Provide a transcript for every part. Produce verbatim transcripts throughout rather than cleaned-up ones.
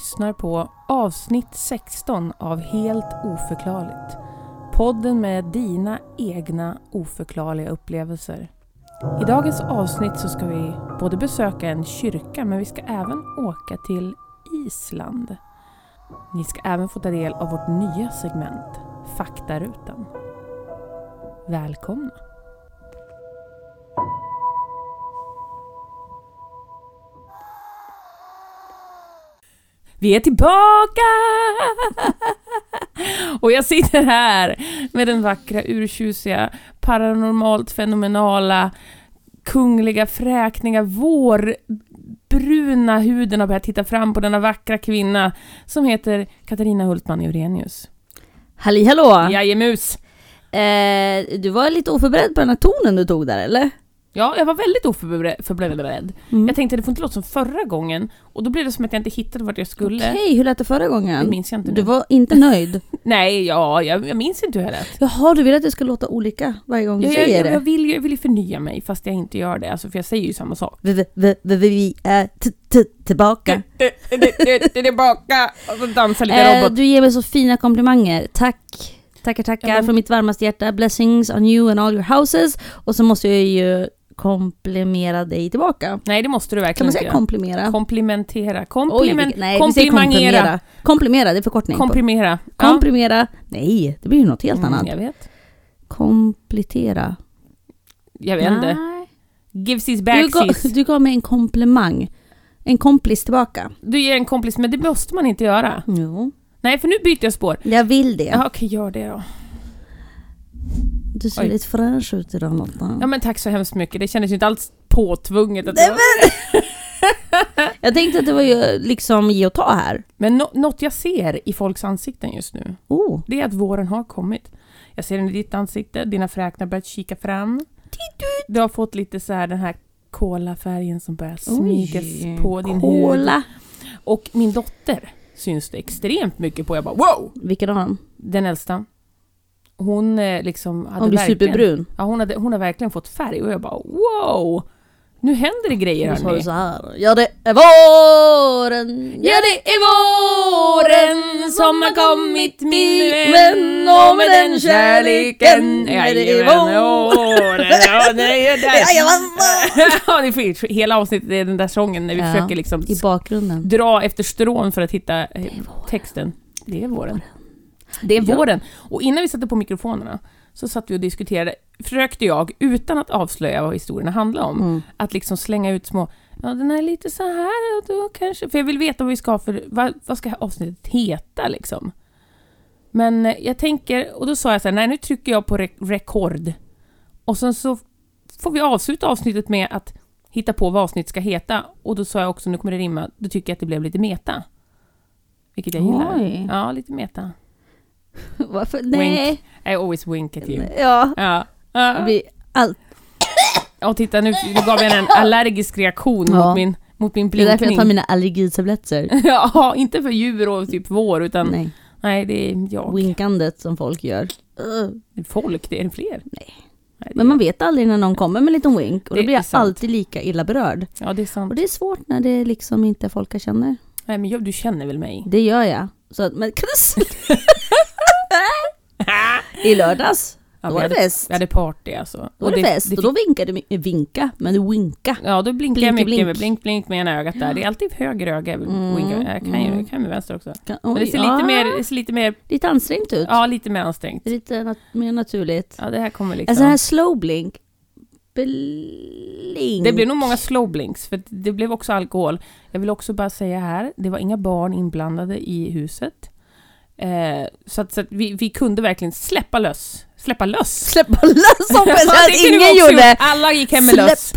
lyssnar på avsnitt sexton av Helt oförklarligt. Podden med dina egna oförklarliga upplevelser. I dagens avsnitt så ska vi både besöka en kyrka, men vi ska även åka till Island. Ni ska även få ta del av vårt nya segment, Faktarutan. Välkomna! Vi är tillbaka! Och jag sitter här med den vackra, urtjusiga, paranormalt fenomenala, kungliga, fräkniga, vårbruna huden och börjar titta fram på denna vackra kvinna som heter Katarina Hultman Eurenius. Halli hallå! Jajemus! Eh, du var lite oförberedd på den här tonen du tog där, eller? Ja, jag var väldigt oförberedd. Mm. Jag tänkte det får inte låta som förra gången. Och då blev det som att jag inte hittade vart jag skulle. Okej, okay, hur lät det förra gången? Det minns jag inte nu. Du var inte nöjd? Nej, ja, jag, jag minns inte hur jag lät. Jaha, du vill att det ska låta olika varje gång du ja, säger jag, det? Jag vill, jag vill förnya mig, fast jag inte gör det. Alltså, för jag säger ju samma sak. Vi, vi, vi, vi är t- t- tillbaka. Tillbaka! Och så dansar lite robot. Du ger mig så fina komplimanger. Tack. Tackar, tackar. Ja, men... från mitt varmaste hjärta. Blessings on you and all your houses. Och så måste jag ju komplimera dig tillbaka. Nej, det måste du verkligen. Kan man säga komplimera? Komplimentera. Kompliment- Oj, nej, komplimangera. Komplimera, det är förkortning. Komprimera. Ja. Komprimera. Nej, det blir ju något helt mm, annat. Jag vet. Komplittera. Jag vet inte. Gives his back du, gav, du gav mig en komplimang. En komplis tillbaka. Du ger en komplis, men det måste man inte göra. Jo. Nej, för nu byter jag spår. Jag vill det. Ja, okej, gör det då. Du ser Oj. lite fräsch ut idag, Lotta. Ja, men tack så hemskt mycket. Det kändes ju inte alls påtvunget. Att Nej, men... jag tänkte att det var ju liksom ge och ta här. Men no- något jag ser i folks ansikten just nu, oh. det är att våren har kommit. Jag ser den i ditt ansikte. Dina fräknar börjat kika fram. Du har fått lite så här den här kolafärgen som börjar smygas Oj. på din Kola. hud. Och min dotter syns det extremt mycket på. Jag bara, wow! Vilken av dem? Den äldsta. Hon liksom hade hon blir verkligen, superbrun. Ja, hon hade hon har verkligen fått färg och jag bara wow. Nu händer det grejer här nu. Så här. Ja, det är våren. Ja, det är våren som har kommit min vän och med den kärleken. Ja, det är våren. Ja, det är där. Ja, det är hela avsnittet är den där sången när vi ja, försöker liksom i bakgrunden dra efter strån för att hitta det texten. Det är våren. Det är våren. Ja. Och innan vi satte på mikrofonerna så satt vi och diskuterade. Försökte jag, utan att avslöja vad historierna handlar om, mm. att liksom slänga ut små, ja den är lite så här och då kanske, för jag vill veta vad vi ska för, vad, vad ska avsnittet heta liksom. Men jag tänker, och då sa jag så här, nej nu trycker jag på re- rekord. Och sen så får vi avsluta avsnittet med att hitta på vad avsnittet ska heta. Och då sa jag också, nu kommer det rimma, då tycker jag att det blev lite meta. Vilket jag gillar. Oj. Ja, lite meta. Varför? Nej. Wink. I always wink at you. Ja. Ja. Ja. Blir allt. Och titta, nu, nu gav jag en allergisk reaktion ja. mot min mot min blinkning. Det är därför jag tar mina allergitabletter. Ja, inte för djur och typ vår, utan nej, nej det är jag. Winkandet som folk gör. Uh. Folk, det är fler. Nej. Nej Men man vet aldrig när någon kommer med en liten wink. Och då blir jag sant. alltid lika illa berörd. Ja, det är sant. Och det är svårt när det liksom inte folk jag känner. Nej, men jag, du känner väl mig? Det gör jag. Så att, men i lördags ja, då var det fest. Vi hade party alltså. Då var det, det fest. Det, och då vinkade du vinka, men du vinka. Ja, då blinkar jag mycket blink. med blink blink med ena ögat där. Det är alltid höger öga. Mm, winka. Jag kan ju mm. kan med vänster också. Kan, men det ser ja. lite mer det ser lite mer lite ansträngt ut. Ja, lite mer ansträngt. Lite nat- mer naturligt. Ja, det här kommer liksom. Alltså här slow blink. Blink. Det blev nog många slow blinks för det blev också alkohol. Jag vill också bara säga här, det var inga barn inblandade i huset. Eh, så att, så att vi, vi kunde verkligen släppa lös. Släppa lös. Släppa lös som ja, att ingen gjorde. Gjort. Alla gick hem med Släpp. lös.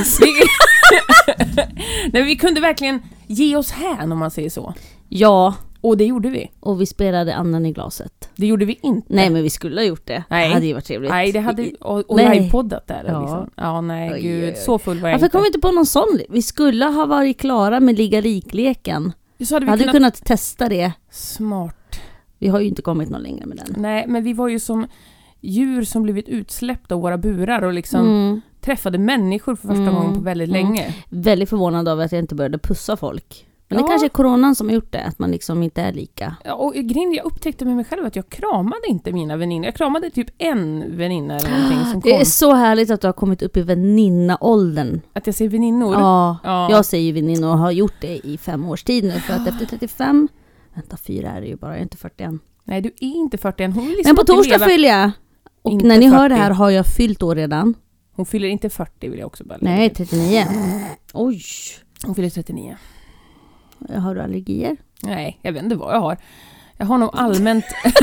Nej, vi kunde verkligen ge oss här om man säger så. Ja. Och det gjorde vi. Och vi spelade andan i glaset. Det gjorde vi inte. Nej, men vi skulle ha gjort det. Nej. Det hade ju varit trevligt. Nej, det hade och, och livepoddat där. Ja. Liksom. Ja, nej, oj, gud. oj, oj. Så full var jag Varför inte. kom vi inte på någon sån? Vi skulle ha varit klara med ligga likleken. Så hade vi hade kunnat... kunnat testa det. Smart. Vi har ju inte kommit någon längre med den. Nej, men vi var ju som djur som blivit utsläppta av våra burar och liksom mm. träffade människor för första mm. gången på väldigt mm. länge. Väldigt förvånad av att jag inte började pussa folk Men ja. det kanske är coronan som har gjort det, att man liksom inte är lika. Ja, och grejen, jag upptäckte med mig själv att jag kramade inte mina väninnor. Jag kramade typ en väninna eller någonting som kom. Det är så härligt att du har kommit upp i väninna-åldern. Att jag säger väninnor? Ja, ja. jag säger väninnor och har gjort det i fem års tid nu. För att efter trettiofem, vänta fyra är det ju bara, jag är inte fyrtio än. Nej, du är inte fyrtio än. Hon vill liksom Men på torsdag fyller jag. Och inte när ni fyrtio. hör det här har jag fyllt år redan. Hon fyller inte fyrtio, vill jag också bara. Nej, trettionio. Oj. Hon fyller trettionio. Har du allergier? Nej, jag vet inte vad jag har. Jag har nog allmänt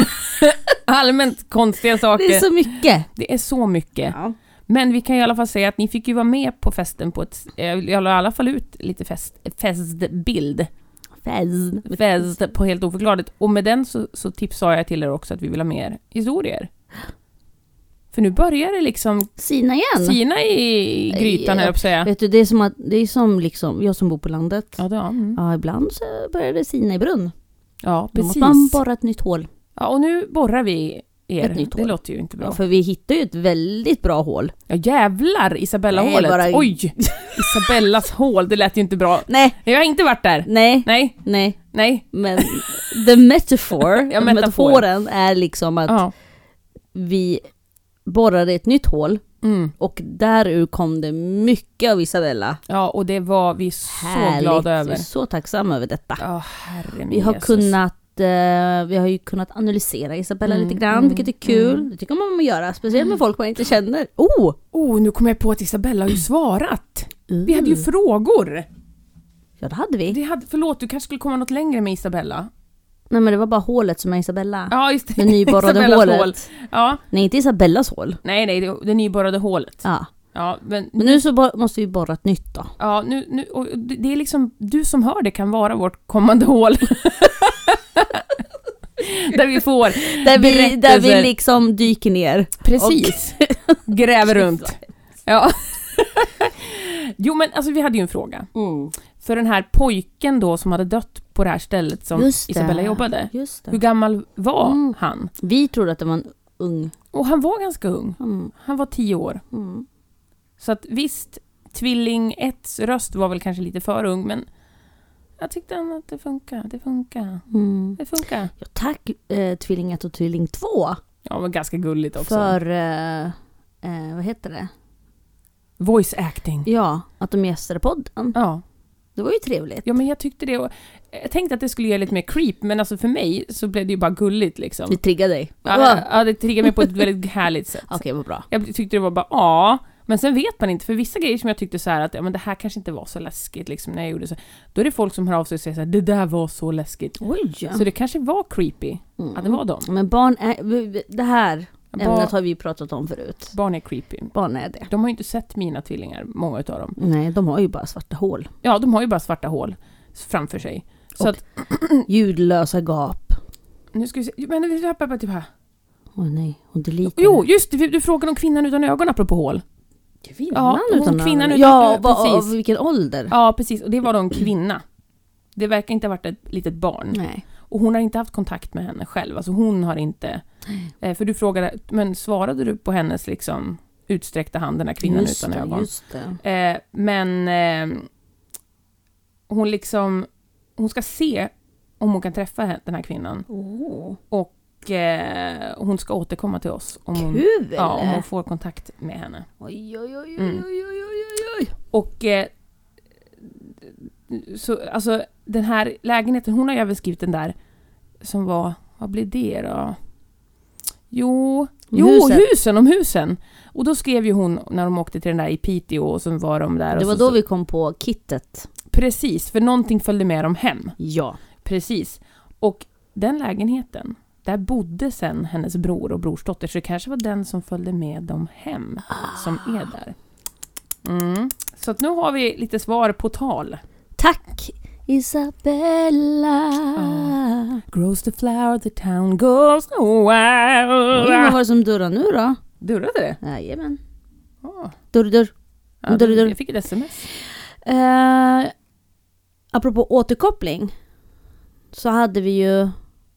allmänt konstiga saker. Det är så mycket. Det är så mycket. Ja. Men vi kan i alla fall säga att ni fick ju vara med på festen på ett... Jag la i alla fall ut lite fest, festbild. Fest. Fest på helt oförklarligt. Och med den så, så tipsade jag till er också att vi vill ha mer historier. För nu börjar det liksom... Sina igen. Sina i grytan, här upp säga. Vet du, det är som att... Det är som liksom... Jag som bor på landet. Ja, då, mm. Ja, ibland så börjar det sina i brunn. Ja, Då precis. måste man borra ett nytt hål. Ja, och nu borrar vi er. Ett nytt det hål. låter ju inte bra. Ja, för vi hittar ju ett väldigt bra hål. Ja, jävlar, Isabella-hålet. Nej, bara- Oj, Isabellas hål, det lät ju inte bra. Nej, Jag har inte varit där. nej, Nej, nej. nej. Men the metaphor, Ja, metaforen. metaforen är liksom att Ja. vi borrade ett nytt hål Mm. och därur kom det mycket av Isabella. Ja, och det var vi så Härligt. glada Vi över. är så tacksamma över detta. Ja, herre Vi har Jesus. kunnat eh, vi har ju kunnat analysera Isabella Mm, lite grann, mm, vilket är kul. mm. Det tycker man man göra, speciellt med folk man inte känner. Oh! Oh, nu kom jag på att Isabella har ju svarat. Vi hade ju frågor. Ja, det hade vi. Det hade, förlåt, du kanske skulle komma något längre med Isabella. Nej, men det var bara hålet som är Isabella. Ja, just det. Det nyborrade Isabellas hålet. hål. Ja, Nej, inte Isabellas hål. nej, nej, det, det nyborrade hålet. Ja. Ja, men, Men nu så bo- måste vi borra ett nytt då. ja, nu, nu, och det det är liksom, du som hör det kan vara vårt kommande hål. Där vi får Där vi, där vi berättelser. liksom dyker ner. Precis. Gräver runt. Ja. Jo, men alltså vi hade ju en fråga. Mm. För den här pojken då som hade dött på det här stället som Just det. Isabella jobbade. Just det. Hur gammal var Mm. han? Vi trodde att det var en ung. Och han var ganska ung. Mm. Han var tio år. Mm. Så att visst, tvilling etts röst var väl kanske lite för ung, men jag tyckte ändå att det funkar. Det funkar. Mm. Det funkar. Ja, tack eh, tvilling ett och tvilling två. Ja, men ganska gulligt också. För, eh, eh, vad heter det? Voice acting. Ja, att de gästade podden. Ja. Det var ju trevligt. Ja, men jag tyckte det. Och jag tänkte att det skulle ge lite mer creep, men alltså för mig så blev det ju bara gulligt liksom. Vi triggade dig. Ja, ja, det triggade mig på ett väldigt härligt sätt. Okej, vad bra. Jag tyckte det var bara, ja. Men sen vet man inte, för vissa grejer som jag tyckte så här att ja, men det här kanske inte var så läskigt liksom när jag gjorde så. Då är det folk som hör av sig och säger så här, det där var så läskigt. Oj. Så det kanske var creepy Mm. att det var dem. Men barn är... Det här Barn- ämnet har vi pratat om förut. Barn är creepy. Barn är det. De har ju inte sett mina tvillingar, många utav dem. Nej, de har ju bara svarta hål. Ja, de har ju bara svarta hål framför sig. Så Och att, ljudlösa gap. nu ska vi se, men vi ska typ här. Åh nej, hon deletar. Jo, just det, du frågade om kvinnan utan ögon apropå hål. Kvinnan Ja, hon utan kvinnan ögon. utan Ja, ögon, vad, precis. av vilken ålder? Ja, precis. Och det var då en kvinna. Det verkar inte ha varit ett litet barn. Nej. Och hon har inte haft kontakt med henne själv. Alltså hon har inte... Eh, för du frågade, men svarade du på hennes liksom utsträckta hand, den här kvinnan Just utan det, ögon? just det. Eh, men eh, hon liksom... Hon ska se om hon kan träffa he- den här kvinnan. Oh. Och eh, hon ska återkomma till oss om hon, Kul! ja, om hon får kontakt med henne. Oj, oj, oj, oj, Mm. oj, oj, oj, oj. Och eh, så, alltså den här lägenheten, hon har ju även skrivit den där som var, vad blev det då? Jo, Om jo huset. husen, om husen. Och då skrev ju hon när de åkte till den där i Piteå och så var de där. Det och var så, då så, vi kom på kittet. Precis, för någonting följde med dem hem. Ja. Precis. Och den lägenheten, där bodde sen hennes bror och brorsdotter. Så det kanske var den som följde med dem hem som är där. Mm. Så att nu har vi lite svar på tal. Tack Isabella. Ja. Grows the flower, the town goes Oj, vad wild. var det som dörrar nu då? Durrade det? Jajamän. Ja. Dörr, dörr. Ja, Dörr, dörr. jag fick ett sms. Eh, apropå återkoppling så hade vi ju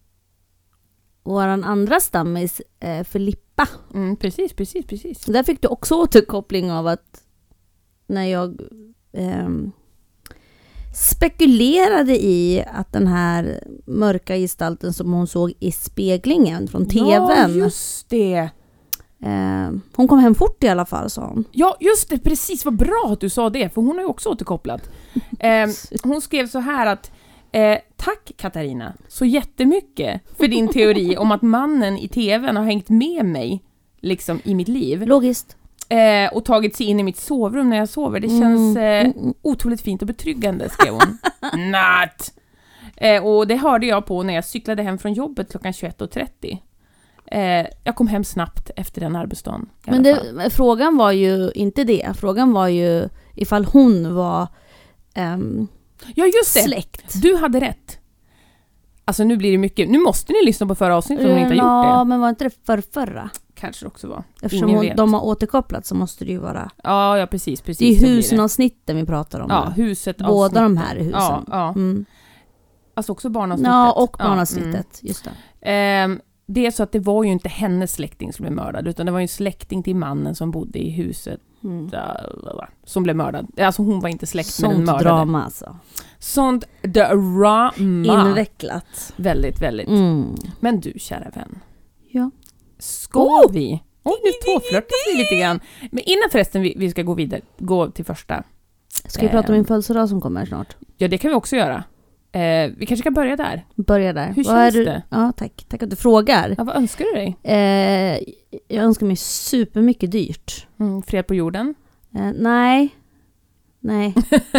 våran andra stammis eh, Filippa. Mm, precis, precis, precis. Där fick du också återkoppling av att när jag ehm, spekulerade i att den här mörka gestalten som hon såg i speglingen från tvn. Ja, just det. Eh, hon kom hem fort i alla fall, sa hon. Ja, just det. Precis, vad bra att du sa det. För hon har ju också återkopplat. Eh, hon skrev så här att eh, tack Katarina så jättemycket för din teori om att mannen i tvn har hängt med mig liksom i mitt liv. Logiskt. Eh, och tagit sig in i mitt sovrum när jag sover. Det känns eh, otroligt fint och betryggande, skrev hon. Natt! Eh, och det hörde jag på när jag cyklade hem från jobbet klockan tjugoett och trettio. Eh, jag kom hem snabbt efter den arbetsdagen. Men det, frågan var ju inte det. Frågan var ju ifall hon var um, ja, just det. släkt. Du hade rätt. Alltså nu blir det mycket. Nu måste ni lyssna på förra avsnittet om ni inte har ja, gjort det. Ja, men var inte det för förra? Kanske det också var. Eftersom hon, de har återkopplat så måste det ju vara... Ja, ja precis. precis det är husen-avsnitten vi pratar om. Ja, huset. Båda avsnitten. De här husen. Ja, ja. Mm. Alltså också barnavsnittet. Ja, och barnavsnittet. Ja, mm. Just det. Ehm, det är så att det var ju inte hennes släkting som blev mördad, utan det var ju en släkting till mannen som bodde i huset mm. där, som blev mördad. Alltså hon var inte släkt sånt med den mördade. Sånt drama alltså. Sånt drama. Invecklat. Väldigt, väldigt. Mm. Men du, kära vän. Ja. Ska oh! vi? Åh, oh, nu tåflörtar vi lite grann. Men innan förresten vi, vi ska gå vidare, gå till första. Ska vi prata om min födelsedag som kommer snart? Ja, det kan vi också göra. Eh, vi kanske kan börja där. Börja där. Hur vad känns du... det? Ja, tack. Tack att du frågar. Ja, vad önskar du dig? Eh, jag önskar mig supermycket dyrt. Mm, fred på jorden? Eh, nej. Nej.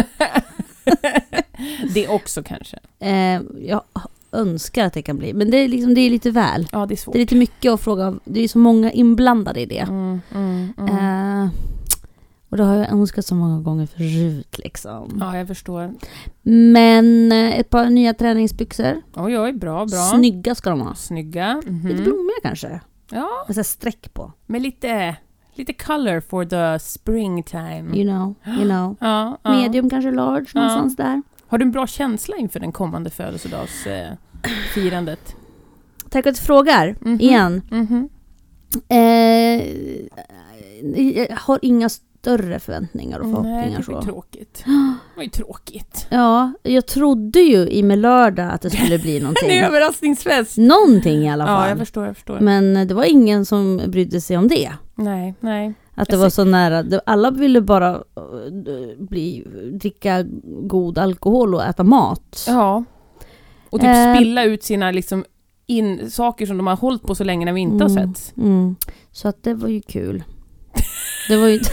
Det också kanske. Eh, jag önskar att det kan bli. Men det är, liksom, det är lite väl. Ja, det är svårt. Det är lite mycket att fråga. Det är så många inblandade i det. Mm, mm, mm. Eh, och det har jag önskat så många gånger förut liksom. Ja, jag förstår. Men ett par nya träningsbyxor. Oj, oj, bra, bra. Snygga ska de ha. Snygga. Mm-hmm. Lite blommiga kanske. Ja. Med så här streck på. Med lite, lite color for the springtime. You know, you know. Ja, ja. Medium kanske large, ja. någonstans där. Har du en bra känsla inför den kommande födelsedagsfirandet? Eh, Tack att du frågar, mm-hmm. igen. Mm-hmm. Eh, jag har inga större förväntningar och förhoppningar. Nej, det så. var tråkigt. Det var ju tråkigt. Ja, jag trodde ju i med lördag att det skulle bli någonting. En överraskningsfest. Någonting i alla fall. Ja, jag förstår, jag förstår. Men det var ingen som brydde sig om det. Nej, nej. Att det jag var ser... så nära. Alla ville bara bli, dricka god alkohol och äta mat. Ja. Och typ eh, spilla ut sina liksom in, saker som de har hållit på så länge när vi inte mm, har sett. Mm. Så att det var ju kul. Det var ju...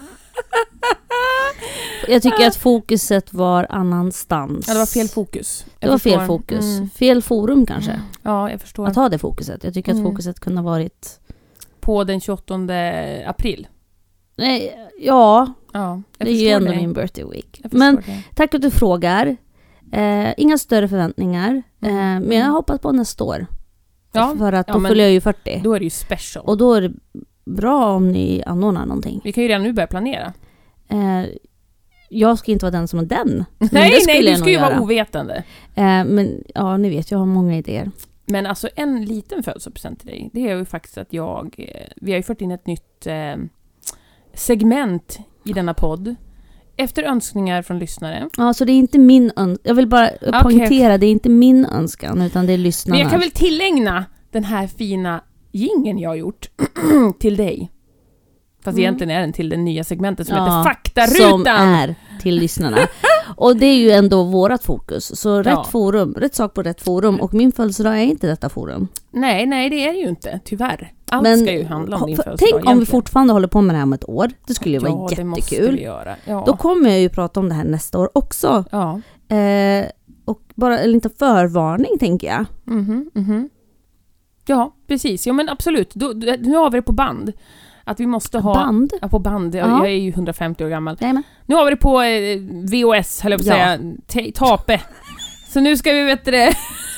Jag tycker att fokuset var annanstans. Ja, det var fel fokus. Jag det var förstår. fel fokus. Mm. Fel forum kanske. Mm. Ja, jag förstår. Att ha det fokuset. Jag tycker mm. att fokuset kunde ha varit... På den tjugoåttonde april? Nej, ja. Ja, jag det är ju ändå det. min birthday week. Men det. Tack att du frågar. Eh, inga större förväntningar. Eh, mm. Men jag hoppas på nästa år. Ja. För att då ja, fyller jag ju fyrtio. Då är det ju special. Och då är det bra om ni anordnar någonting. Vi kan ju redan nu börja planera. Eh, jag ska inte vara den som är den. Nej, nej, du ska ju göra. Vara ovetande. Eh, men ja, ni vet, jag har många idéer. Men alltså en liten födelsedagspresent till dig, det är ju faktiskt att jag, vi har ju fått in ett nytt eh, segment i denna podd. Efter önskningar från lyssnare. Ja, så det är inte min önskan. Jag vill bara okay. poängtera, det är inte min önskan, utan det är lyssnarna. Men jag kan väl tillägna den här fina jingeln jag har gjort till dig. Fast mm. egentligen är den till det nya segmentet som ja, heter Faktarutan. Som är till lyssnarna. Och det är ju ändå vårat fokus. Så rätt ja. forum, rätt sak på rätt forum. Och min födelsedag är inte detta forum. Nej, nej det är det ju inte, tyvärr. Allt Men, ska ju handla om din för, födelsedag. Tänk egentligen. om vi fortfarande håller på med det här om ett år. Det skulle ju ja, vara jättekul. Det måste vi göra. Ja. Då kommer jag ju prata om det här nästa år också. Ja. Eh, och bara en liten förvarning, tänker jag. Mhm, mhm. Ja, precis. Ja, men absolut. Då, nu har vi det på band. Att vi måste ha... Band? Ja, på band. Ja. Jag är ju hundrafemtio år gammal. Jajamän. Nu har vi det på eh, V H S, höll jag på att ja. säga. T- tape. Så nu ska vi, vet det...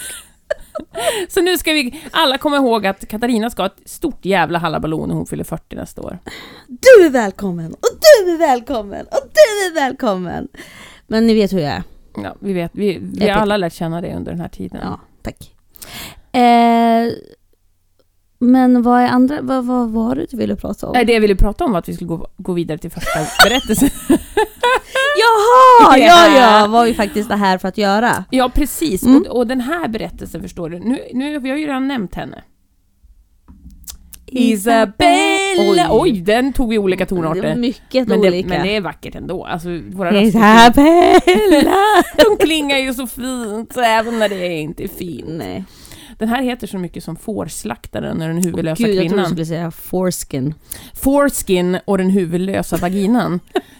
Så nu ska vi alla komma ihåg att Katarina ska ha ett stort jävla halabaloo när hon fyller fyrtio nästa år. Du är välkommen! Och du är välkommen! Och du är välkommen! Men ni vet hur jag är. Ja, vi vet. Vi, vi har alla lärt känna det under den här tiden. Ja, tack. Eh... Men vad är andra, vad, vad var det du ville prata om? Nej, det jag ville prata om var att vi skulle gå, gå vidare till första berättelsen. Jaha, ja, ja, var vi faktiskt det här för att göra. Ja, precis. Mm. Och, och den här berättelsen, förstår du, nu, nu vi har ju redan nämnt henne. Isabella! Oj. Oj, den tog vi olika tonarter. Det var mycket men olika. Det, men det är vackert ändå. Alltså, våra Isabella! De klingar ju så fint, så även när det inte är fint. Nej. Den här heter så mycket som Fårslaktaren och den huvudlösa Gud, kvinnan. Jag trodde du skulle säga foreskin. Foreskin och den huvudlösa vaginan.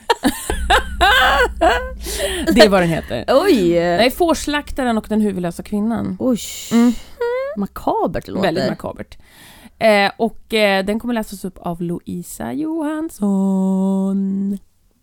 Det är vad den heter. Oj! Nej, Fårslaktaren och den huvudlösa kvinnan. Oj. Mm. Makabert låter. Väldigt makabert. Eh, och eh, den kommer läsas upp av Louisa Johansson.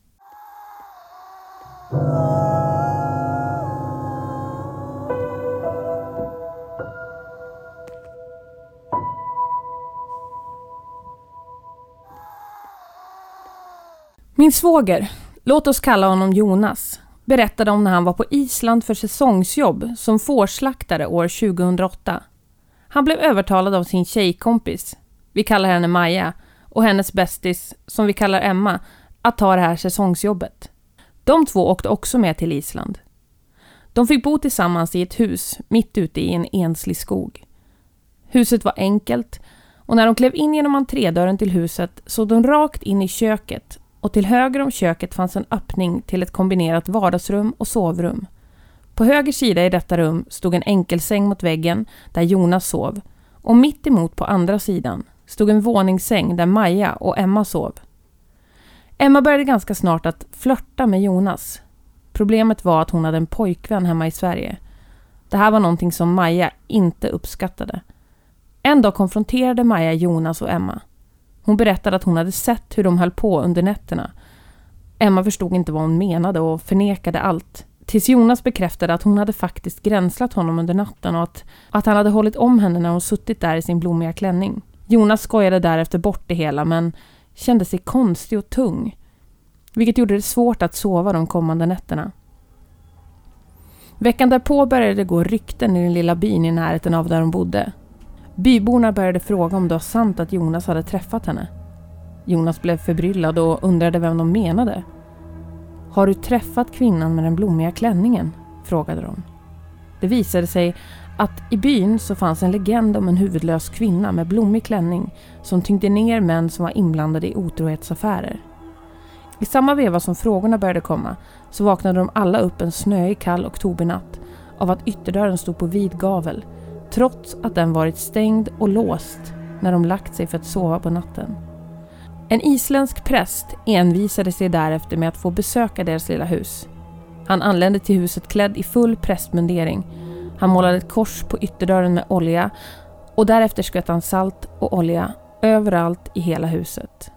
Min svåger, låt oss kalla honom Jonas, berättade om när han var på Island för säsongsjobb som fårslaktare år tjugohundraåtta. Han blev övertalad av sin tjejkompis, vi kallar henne Maja, och hennes bästis, som vi kallar Emma, att ta det här säsongsjobbet. De två åkte också med till Island. De fick bo tillsammans i ett hus mitt ute i en enslig skog. Huset var enkelt, och när de klev in genom entrédörren till huset såg de rakt in i köket, och till höger om köket fanns en öppning till ett kombinerat vardagsrum och sovrum. På höger sida i detta rum stod en enkelsäng mot väggen där Jonas sov, och mitt emot på andra sidan stod en våningssäng där Maja och Emma sov. Emma började ganska snart att flörta med Jonas. Problemet var att hon hade en pojkvän hemma i Sverige. Det här var någonting som Maja inte uppskattade. En dag konfronterade Maja Jonas och Emma. Hon berättade att hon hade sett hur de höll på under nätterna. Emma förstod inte vad hon menade och förnekade allt. Tills Jonas bekräftade att hon hade faktiskt gränslat honom under natten och att, att han hade hållit om henne när hon suttit där i sin blommiga klänning. Jonas skojade därefter bort det hela men kände sig konstig och tung. Vilket gjorde det svårt att sova de kommande nätterna. Veckan därpå började det gå rykten i den lilla byn i närheten av där de bodde. Byborna började fråga om det var sant att Jonas hade träffat henne. Jonas blev förbryllad och undrade vem de menade. Har du träffat kvinnan med den blommiga klänningen? Frågade de. Det visade sig att i byn så fanns en legend om en huvudlös kvinna med blommig klänning som tyngde ner män som var inblandade i otrohetsaffärer. I samma veva som frågorna började komma så vaknade de alla upp en snöig kall oktobernatt av att ytterdörren stod på vid gavel, trots att den varit stängd och låst när de lagt sig för att sova på natten. En isländsk präst envisade sig därefter med att få besöka deras lilla hus. Han anlände till huset klädd i full prästmundering. Han målade ett kors på ytterdörren med olja och därefter sköt han salt och olja överallt i hela huset.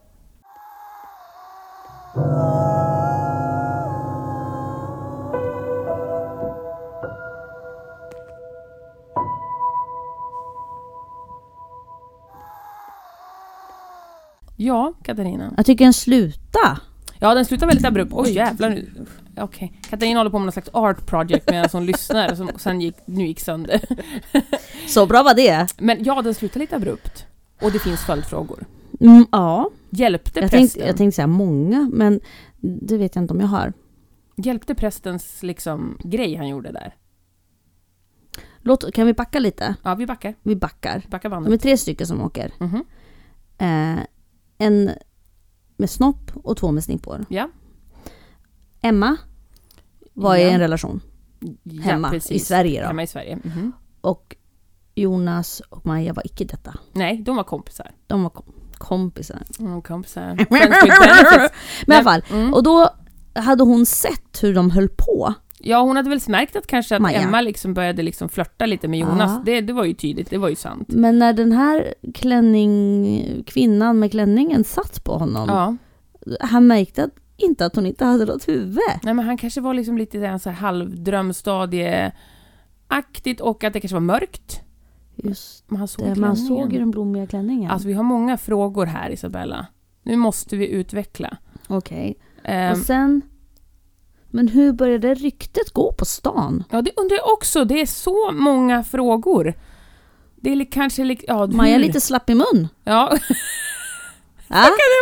Ja, Katarina. Jag tycker den sluta. Ja, den slutar väldigt abrupt. Oj, jävlar nu. Okej. Okay. Katarina håller på med någon slags art project med en sån lyssnare som sen gick, nu gick sönder. Så bra var det. Men ja, den slutar lite abrupt. Och det finns följdfrågor. Mm, ja. Hjälpte jag prästen? Tänkte, jag tänkte säga många, men det vet jag inte om jag har. Hjälpte prästens liksom grej han gjorde där? Låt, kan vi backa lite? Ja, vi backar. Vi backar. Backar bandet. De är tre stycken som åker. Mm-hmm. Eh, en med snopp och två med snippor. Ja. Emma var ja. i en relation. Ja, hemma precis. i Sverige då. Hemma i Sverige. Mm-hmm. Och Jonas och Maja var icke detta. Nej, de var kompisar. De var kom- kompisar. Mm, kompisar. Men, Men i alla fall. Mm. Och då hade hon sett hur de höll på. Ja, hon hade väl märkt att kanske att Maja. Emma liksom började liksom flirta lite med Jonas. Ja. Det, det var ju tydligt, det var ju sant. Men när den här klänning, kvinnan med klänningen satt på honom. Ja. Han märkte att, inte att hon inte hade något huvud. Nej, men han kanske var liksom lite så här halvdrömstadieaktigt och att det kanske var mörkt. Just man såg, det, man såg ju den blommiga klänningen. Alltså vi har många frågor här, Isabella. Nu måste vi utveckla. Okej. Okay. Um, och sen... Men hur började ryktet gå på stan? Ja, det undrar jag också. Det är så många frågor. Det är li- kanske... Li- ja, Maja är lite slapp i mun. Ja. Ja? Så kan det vara.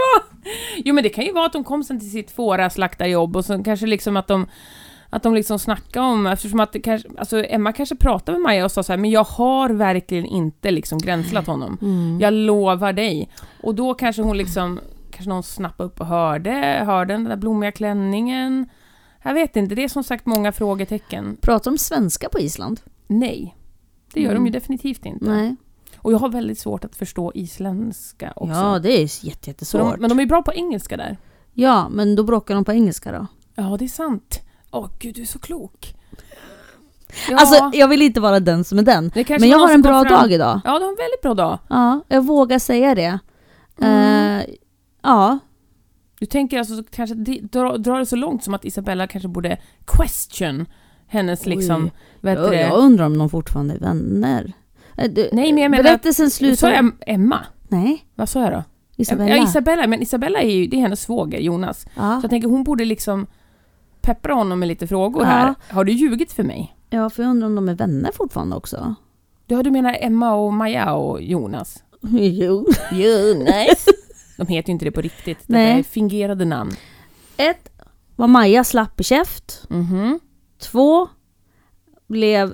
Jo, men det kan ju vara att de kom sen till sitt fåraslaktarjobb och så kanske liksom att de att de liksom snackar om, eftersom att det kanske, alltså Emma kanske pratade med Maja och sa så här, men jag har verkligen inte liksom gränslat honom. Mm. Jag lovar dig. Och då kanske hon liksom, kanske någon snappade upp och hörde, hörde den där blommiga klänningen. Jag vet inte, det är som sagt många frågetecken. Pratar de svenska på Island? Nej, det gör mm. de ju definitivt inte. Nej. Och jag har väldigt svårt att förstå isländska också. Ja, det är jätte, jättesvårt. De, men de är bra på engelska där. Ja, men då bråkar de på engelska då? Ja, det är sant. Åh oh, gud, du är så klok. Ja. Alltså, jag vill inte vara den som är den. Men jag har en bra dag idag. Ja, du har en väldigt bra dag. Ja, jag vågar säga det. Mm. Uh, ja. Du tänker alltså kanske dra, dra det så långt som att Isabella kanske borde question hennes Oj. liksom... Vet ja, jag undrar om de fortfarande är vänner. Du, Nej, men jag menar... Berättelsen slutar... Så är Emma. Nej. Vad sa jag då? Isabella. Ja, Isabella. Men Isabella är ju det är hennes svåger, Jonas. Ja. Så jag tänker hon borde liksom peppra honom med lite frågor ja. här. Har du ljugit för mig? Ja, för jag undrar om de är vänner fortfarande också. Ja, du menar Emma och Maja och Jonas? Jo. Jonas. De heter ju inte det på riktigt. Det är fingerade namn. Ett var Maja slapp i käft. Mm-hmm. Två blev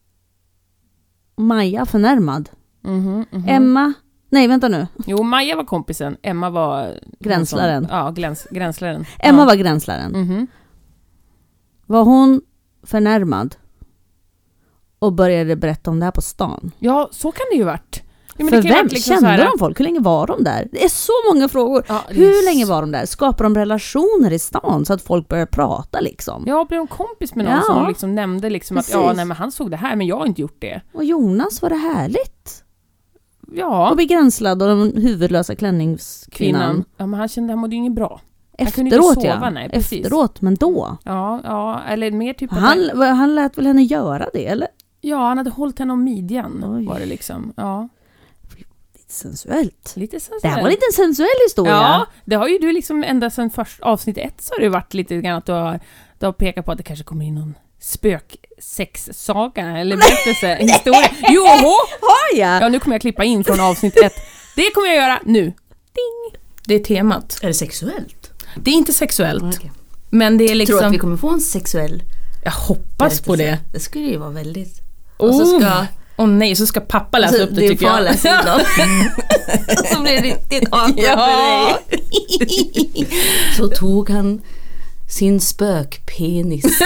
Maja förnärmad. Mm-hmm, mm-hmm. Emma... Nej, vänta nu. Jo, Maja var kompisen. Emma var... Gränslaren. Som, ja, gräns, gränslaren. Emma ja. var gränslaren. Mm-hmm. Var hon förnärmad och började berätta om det här på stan? Ja, så kan det ju varit. Ja, för vem? Liksom kände här... de folk? Hur länge var de där? Det är så många frågor. Ja, Hur länge var de där? Skapar de relationer i stan så att folk börjar prata liksom? Ja, blev de kompis med någon ja. som liksom nämnde liksom att ja, nej, men han såg det här men jag har inte gjort det. Och Jonas, var det härligt? Ja. Och begränsad och den huvudlösa klänningskvinnan. Ja, men han kände han mådde ju inget bra. Efteråt, sova, ja. Nej, Efteråt, men då. Ja, ja, eller mer typ... Han, han, han lät väl henne göra det, eller? Ja, han hade hållit henne om midjan, Oj. var det liksom. Ja. Lite sensuellt. Lite sensuellt. Det här var lite en sensuell historia. Ja, det har ju du liksom ända sedan först, avsnitt ett så har det varit lite grann att du har, du har pekat på att det kanske kommer in någon spöksexsaga eller berättelse, historia. Jo, har jag? Ja, nu kommer jag klippa in från avsnitt ett. Det kommer jag göra nu. Ding. Det är temat. Är det sexuellt? Det är inte sexuellt. Okay. Men det är liksom... Tror att vi kommer få en sexuell... Jag hoppas på det. Det skulle ju vara väldigt... Oh. Och så ska... Åh oh, nej, så ska pappa läsa alltså, upp det, det tycker jag. Läsa in dem. Så blir det riktigt avklart ja. för dig. Så tog han sin spökpenis.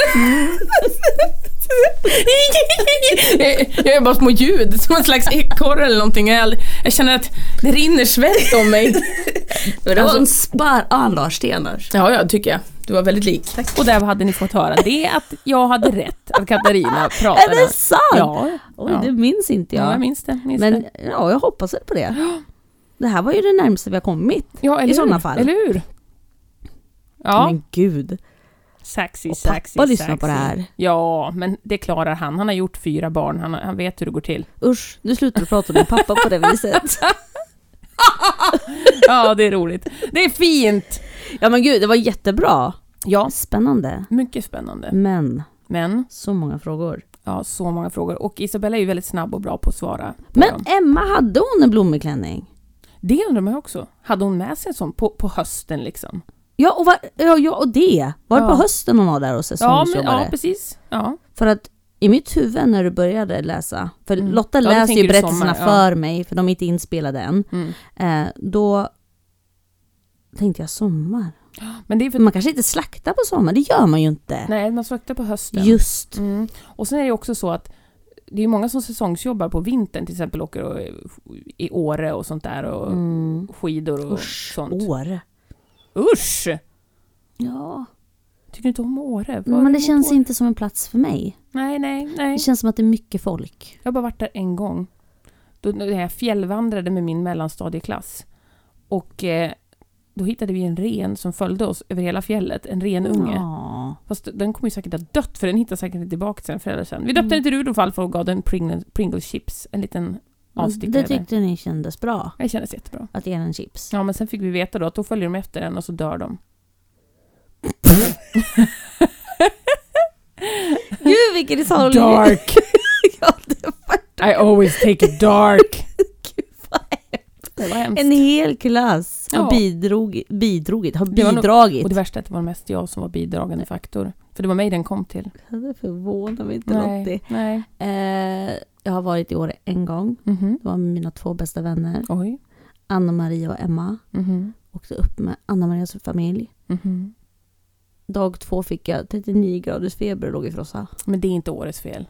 jag gör bara små ljud som en slags ekorre eller någonting. Jag, jag känner att det rinner svett om mig. Det var alltså, en spar Lars Stenars. Ja, jag tycker jag. Du var väldigt lik. Tack. Och där hade ni fått höra. Det är att jag hade rätt. Att Katarina pratade. Är det sant? Ja. Oj, det minns inte jag. Ja, jag minns det. Minns Men det. ja, jag hoppas på det. Det här var ju det närmaste vi har kommit. Ja, eller i hur? sådana fall. Eller hur? Ja. Men gud. Saxy, och saxy, pappa lyssnar på det här. Ja, men det klarar han. Han har gjort fyra barn. Han, han vet hur det går till. Usch, nu slutar du prata med pappa på det viset. Ja, det är roligt. Det är fint. Ja, men gud, det var jättebra. Ja. Spännande. Mycket spännande. Men. Men. Så många frågor. Ja, så många frågor. Och Isabella är ju väldigt snabb och bra på att svara. På men dem. Emma, hade hon en blommig klänning? Det undrar man också. Hade hon med sig en sån på, på hösten liksom? Ja, och, var, ja, ja, och det. Var det ja. på hösten hon var där och säsongsjobbade? Ja, men, ja, precis. Ja. För att i mitt huvud när du började läsa, för mm. Lotta ja, läser ju berättelserna sommar, för ja. mig, för de är inte inspelade än. Mm. Eh, då tänkte jag sommar. Men det är för... Man kanske inte slaktar på sommar, det gör man ju inte. Nej, man slaktar på hösten. Just. Mm. Och sen är det också så att det är många som säsongsjobbar på vintern, till exempel åker och, i Åre och sånt där och mm. skidor och Usch, sånt. Åre. Usch! Ja. Tycker du inte om Åre? Var men det känns Åre? Inte som en plats för mig. Nej, nej, nej. Det känns som att det är mycket folk. Jag har bara varit där en gång. Då när jag fjällvandrade med min mellanstadieklass. Och eh, då hittade vi en ren som följde oss över hela fjället. En ren unge. Ja. Fast den kommer ju säkert att dött, för den hittade säkert inte tillbaka till sina föräldrar sen. Vi döpte den mm. till Rudolf Alfa och gav den Pringles, Pringles chips. En liten avstickare. Det tyckte ni kändes bra. Det kändes jättebra. Att ge en chips. Ja, men sen fick vi veta då att då följer de efter den och så dör de. Gud, vilken är så dark. Ja, det var I always take it dark. Gud, vad hemskt. En hel klass Har bidrog, bidragit, har Det bidragit. Nog, och det värsta är att det var mest jag som var bidragande faktor. För det var mig den kom till. Det förvånar mig inte nej, Lottie. nej. Eh, jag har varit i Åre en gång. Mm-hmm. Det var med mina två bästa vänner. Oj. Anna-Maria och Emma. Mm-hmm. Åkte upp med Anna-Marias familj. Mm-hmm. Dag två fick jag trettionio graders feber och låg i frossa. Men det är inte Åres fel.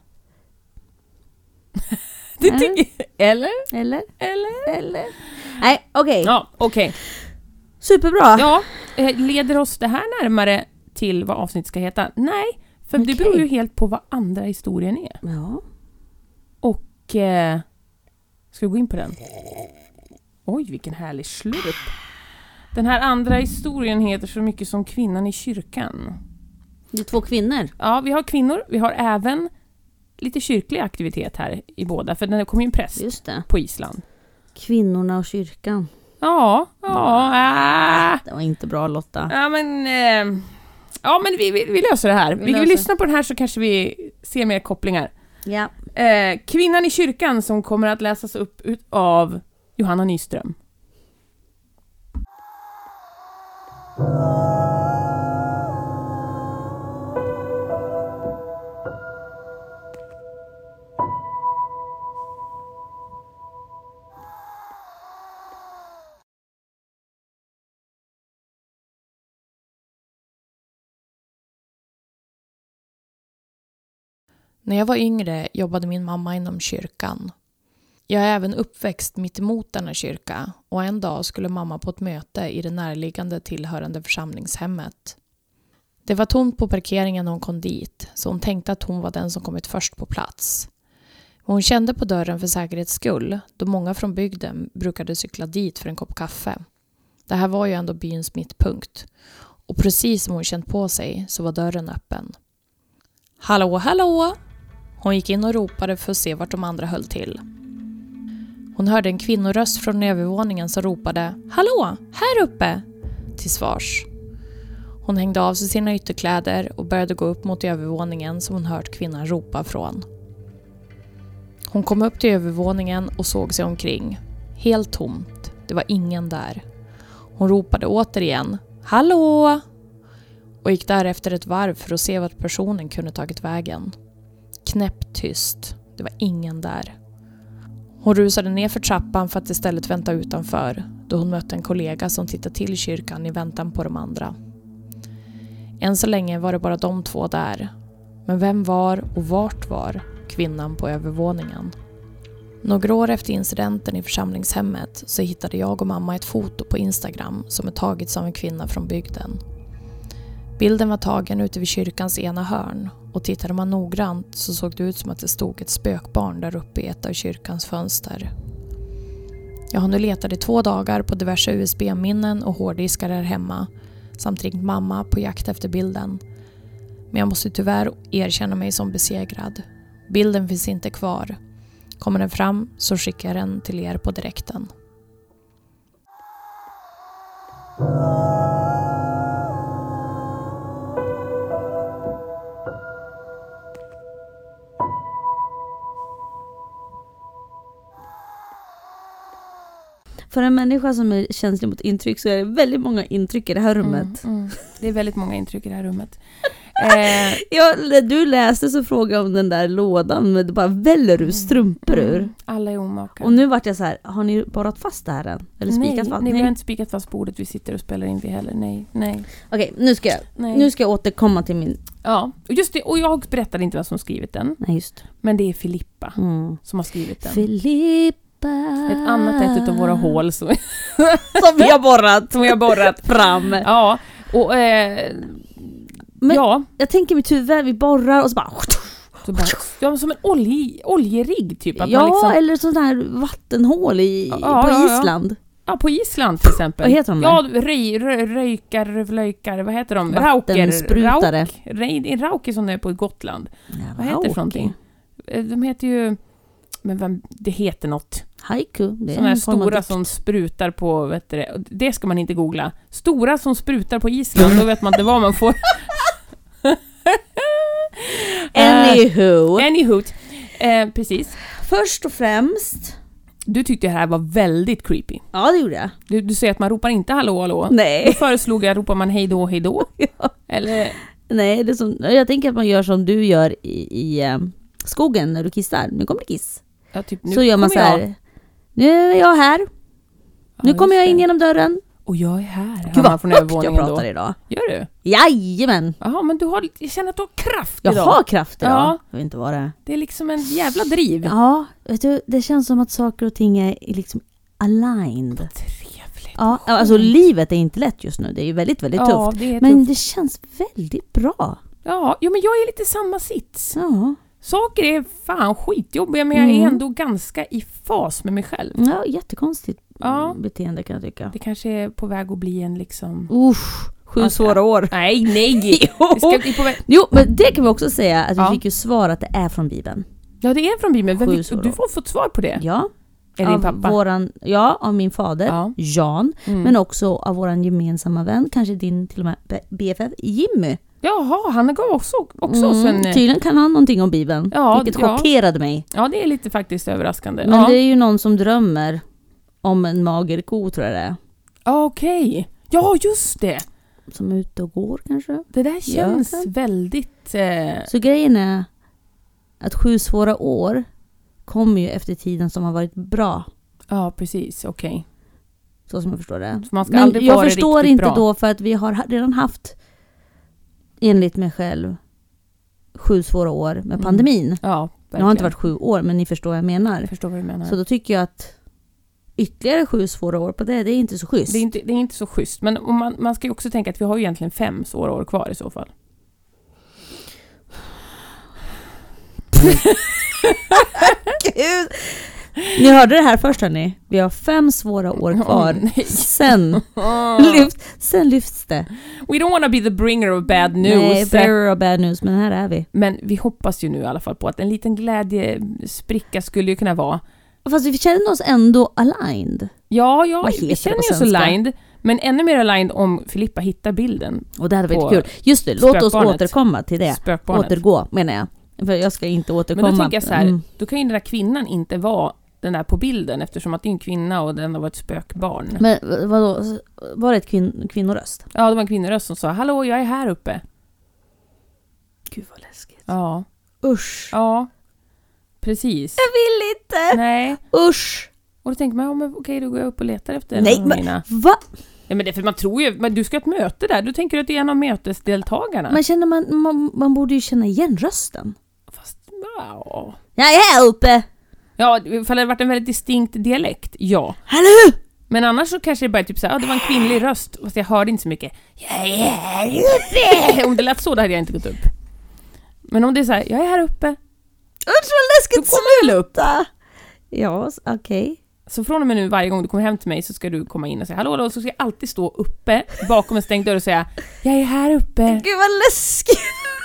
det tycker, eller? Eller? Eller? Eller? Nej, okej. Okay. Ja, okej. Okay. Superbra. Ja, leder oss det här närmare till vad avsnitt ska heta? Nej, för okay. det beror ju helt på vad andra historien är. Ja. Och eh, ska vi gå in på den? Oj, vilken härlig slurp. Den här andra historien heter så mycket som Kvinnan i kyrkan. Det är två kvinnor. Ja, vi har kvinnor. Vi har även lite kyrklig aktivitet här i båda. För det kommer ju en präst Just det. På Island. Kvinnorna och kyrkan. Ja, ja. Det var inte bra, Lotta. Ja, men, eh, ja, men vi, vi, vi löser det här. Vi, vi lyssnar på den här så kanske vi ser mer kopplingar. Ja. Eh, Kvinnan i kyrkan som kommer att läsas upp av Johanna Nyström. När jag var yngre jobbade min mamma inom kyrkan. Jag är även uppväxt mitt emot denna kyrka och en dag skulle mamma på ett möte i det närliggande tillhörande församlingshemmet. Det var tomt på parkeringen när hon kom dit, så hon tänkte att hon var den som kommit först på plats. Men hon kände på dörren för säkerhets skull, då många från bygden brukade cykla dit för en kopp kaffe. Det här var ju ändå byns mittpunkt, och precis som hon känt på sig så var dörren öppen. Hallå, hallå! Hon gick in och ropade för att se vart de andra höll till. Hon hörde en kvinnoröst från övervåningen som ropade "Hallå, här uppe!" till svars. Hon hängde av sig sina ytterkläder och började gå upp mot övervåningen som hon hört kvinnan ropa från. Hon kom upp till övervåningen och såg sig omkring. Helt tomt, det var ingen där. Hon ropade återigen "Hallå!" och gick därefter ett varv för att se vart personen kunde tagit vägen. Knäpptyst, det var ingen där. Hon rusade ner för trappan för att istället vänta utanför, då hon mötte en kollega som tittade till kyrkan i väntan på de andra. Än så länge var det bara de två där. Men vem var och vart var kvinnan på övervåningen? Några år efter incidenten i församlingshemmet så hittade jag och mamma ett foto på Instagram som är tagits av en kvinna från bygden. Bilden var tagen ute vid kyrkans ena hörn, och tittade man noggrant så såg det ut som att det stod ett spökbarn där uppe i ett av kyrkans fönster. Jag har nu letat i två dagar på diverse U S B-minnen och hårddiskar här hemma, samt ringt mamma på jakt efter bilden. Men jag måste tyvärr erkänna mig som besegrad. Bilden finns inte kvar. Kommer den fram så skickar jag den till er på direkten. För en människa som är känslig mot intryck så är det väldigt många intryck i det här rummet. Mm, mm. Det är väldigt många intryck i det här rummet. eh, ja, när du läste så frågade jag om den där lådan med bara väller ur strumpor ur. Mm, alla är omaka. Och nu vart jag så här, har ni borrat fast det här än? Eller spikat nej, fast? Nej, vi har inte spikat fast bordet. Vi sitter och spelar in det heller. Nej, nej. Okej, nu ska jag, nu ska jag återkomma till min... Ja, just det. Och jag berättade inte vad som skrivit den. Nej, just. Men det är Filippa mm. som har skrivit den. Filippa. Ett annat ett av våra hål som, som vi har borrat, som vi har borrat fram. Ja, och eh, men ja. Jag tänker mitt huvud, vi borrar och så bara... Så bara ja, som en olje, oljerigg typ. Att ja, man liksom, eller sån här vattenhål i, ja, på ja, Island. Ja, på Island till exempel. Vad heter de? Ja, röj, röj, röjkar, röjkar, vad heter de? Vattensprutare. Rauk, rej, rauk är som det är på Gotland. Ja, vad heter det för någonting? De heter ju... Men vem, det heter något. Haiku. Det är såna här stora som sprutar på, vet du det, det ska man inte googla. Stora som sprutar på Island, då vet man inte vad man får. Anywho. Uh, anywho. Uh, precis. Först och främst Du tyckte det här var väldigt creepy. Ja, det gjorde jag. Du, du säger att man ropar inte hallå, hallå. Nej. Då föreslog jag, ropar man hej då, hej då. Ja. Eller... Nej, det är som, jag tänker att man gör som du gör i, i eh, skogen när du kissar. Nu kommer det kiss. Ja, typ, nu så gör man så här. Jag. Nu är jag här. Ja, nu kommer jag in genom dörren. Och jag är här. Gud vad från högt jag pratar då. Idag. Gör du? Jajamän. Jaha, men du har, jag känner att du har kraft jag idag. Jag har kraft idag. Ja. Jag vet inte vad det är. Det är liksom en jävla driv. Ja, vet du, det känns som att saker och ting är liksom aligned. Trevligt. Ja, alltså livet är inte lätt just nu. Det är ju väldigt, väldigt ja, tufft. Det men tufft. det känns väldigt bra. Ja, jo, men jag är lite samma sits. Ja. Saker är fan skitjobbiga, men jag är Mm. ändå ganska i fas med mig själv. Ja, jättekonstigt Ja. beteende kan jag tycka. Det kanske är på väg att bli en liksom... Usch, sju Alltså, svåra år. Nej, nej! Jo. Det ska bli på väg... Jo, men det kan vi också säga att vi Ja. fick ju svar att det är från Bibeln. Ja, det är från Bibeln. Vem Sju fick- svåra Du år. får fått svar på det. Ja. Är din av pappa? Våran, ja, av min fader, Ja. Jan. Mm. Men också av våran gemensamma vän, kanske din till och med B F F, Jimmy. Jaha, han gav också, också Mm, så en... tydligen kan han någonting om Bibeln, Ja, vilket ja. chockerade mig. Ja, det är lite faktiskt överraskande. Men ja. det är ju någon som drömmer om en mager ko, tror jag det är. Ja, okej. Ja, just det. Som är ute och går kanske. Det där känns Ja. väldigt... Eh... Så grejen är att sju svåra år kommer ju efter tiden som har varit bra. Ja, precis. Okej. Så som jag förstår det. Så man ska Men aldrig jag vara förstår riktigt inte bra. då, för att vi har ha- redan haft, enligt mig själv, sju svåra år med Mm. pandemin. Ja, verkligen. Det har inte varit sju år, men ni förstår vad jag menar. Jag förstår vad du menar. Så då tycker jag att ytterligare sju svåra år på det, det är inte så schysst. Det är inte, det är inte så schysst. Men om man, man ska ju också tänka att vi har ju egentligen fem svåra år kvar i så fall. Gud. Ni hörde det här först, hörni. Vi har fem svåra år kvar. Åh, nej. Sen, lyft, sen lyfts det. We don't want to be the bringer of bad news. Nej, bearer of bad news, men här är vi. Men vi hoppas ju nu i alla fall på att en liten glädjespricka skulle ju kunna vara. Fast vi känner oss ändå aligned. Ja, ja, Vad heter vi det känner på ju så svenska? aligned. Men ännu mer aligned om Filippa hittar bilden. Och det hade varit På kul. Just det, låt oss spökbarnet. återkomma till det. Spökbarnet. Återgå, menar jag. För jag ska inte återkomma. Men då tänker jag så här, Mm. då kan ju den där kvinnan inte vara den där på bilden eftersom att det är en kvinna och den har varit ett spökbarn. Men vadå, var det ett kvin- kvinnoröst? Ja, det var en kvinnoröst som sa, hallå, jag är här uppe. Gud vad läskigt. Ja, Usch. ja, precis. Jag vill inte. Nej, Usch. och då tänker man, ja men okej, då går jag upp och letar efter Nej, en av men mina. va? Ja, men det är för man tror ju, men du ska ha ett möte där, du tänker att det är en av mötesdeltagarna. Man känner man, man, man borde ju känna igen rösten. Fast, ja. Jag är här uppe. Ja, ifall det hade varit en väldigt distinkt dialekt, ja. Hallå! Men annars så kanske det bara är typ så här, ja, det var en kvinnlig röst, fast jag hörde inte så mycket. Jag är här uppe! Om det lät så, då hade jag inte gått upp. Men om det är så här, jag är här uppe, Usch vad läskigt. då kommer jag väl upp. Sluta. Ja, okej. Okay. Så från och med nu, varje gång du kommer hem till mig så ska du komma in och säga hallå, hallå, så ska jag alltid stå uppe bakom en stängd dörr och säga, jag är här uppe. Gud vad läskigt.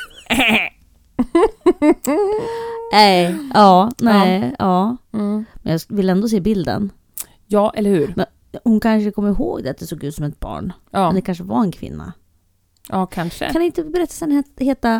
Nej, ja, nej, ja. Mm. Men jag vill ändå se bilden. Ja, eller hur? Men hon kanske kommer ihåg det, att det såg ut som ett barn. Ja, Men det kanske var en kvinna. ja kanske. Kan inte berättelsen het- heta...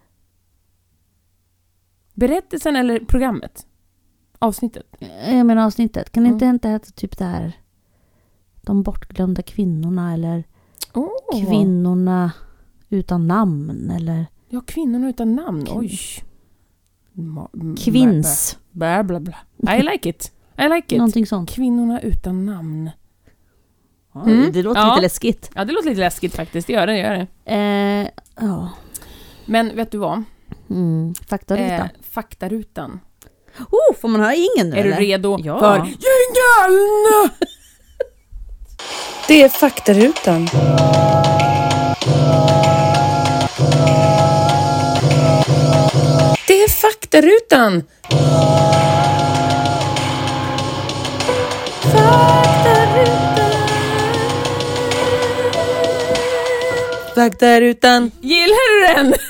Berättelsen eller programmet? Avsnittet? Jag menar avsnittet. Kan det inte Mm. heta heta typ där... De bortglömda kvinnorna, eller Oh. kvinnorna utan namn, eller Ja, kvinnorna utan namn. Kvin- Oj. Ma- m- kvinns. Bla, bla, bla. I like it. I like it. Någonting sånt. Kvinnorna utan namn. Ja, Mm. Det låter Ja. lite läskigt. Ja, det låter lite läskigt faktiskt. Det gör det, det gör det. Eh, ja. Men vet du vad? Mm. Faktaruta. Eh, faktarutan. Oh, får man höra ingen nu, Är eller? du redo Ja. för Jingeln? Det är faktarutan. Det är faktarutan. Faktarutan. Gillar du den?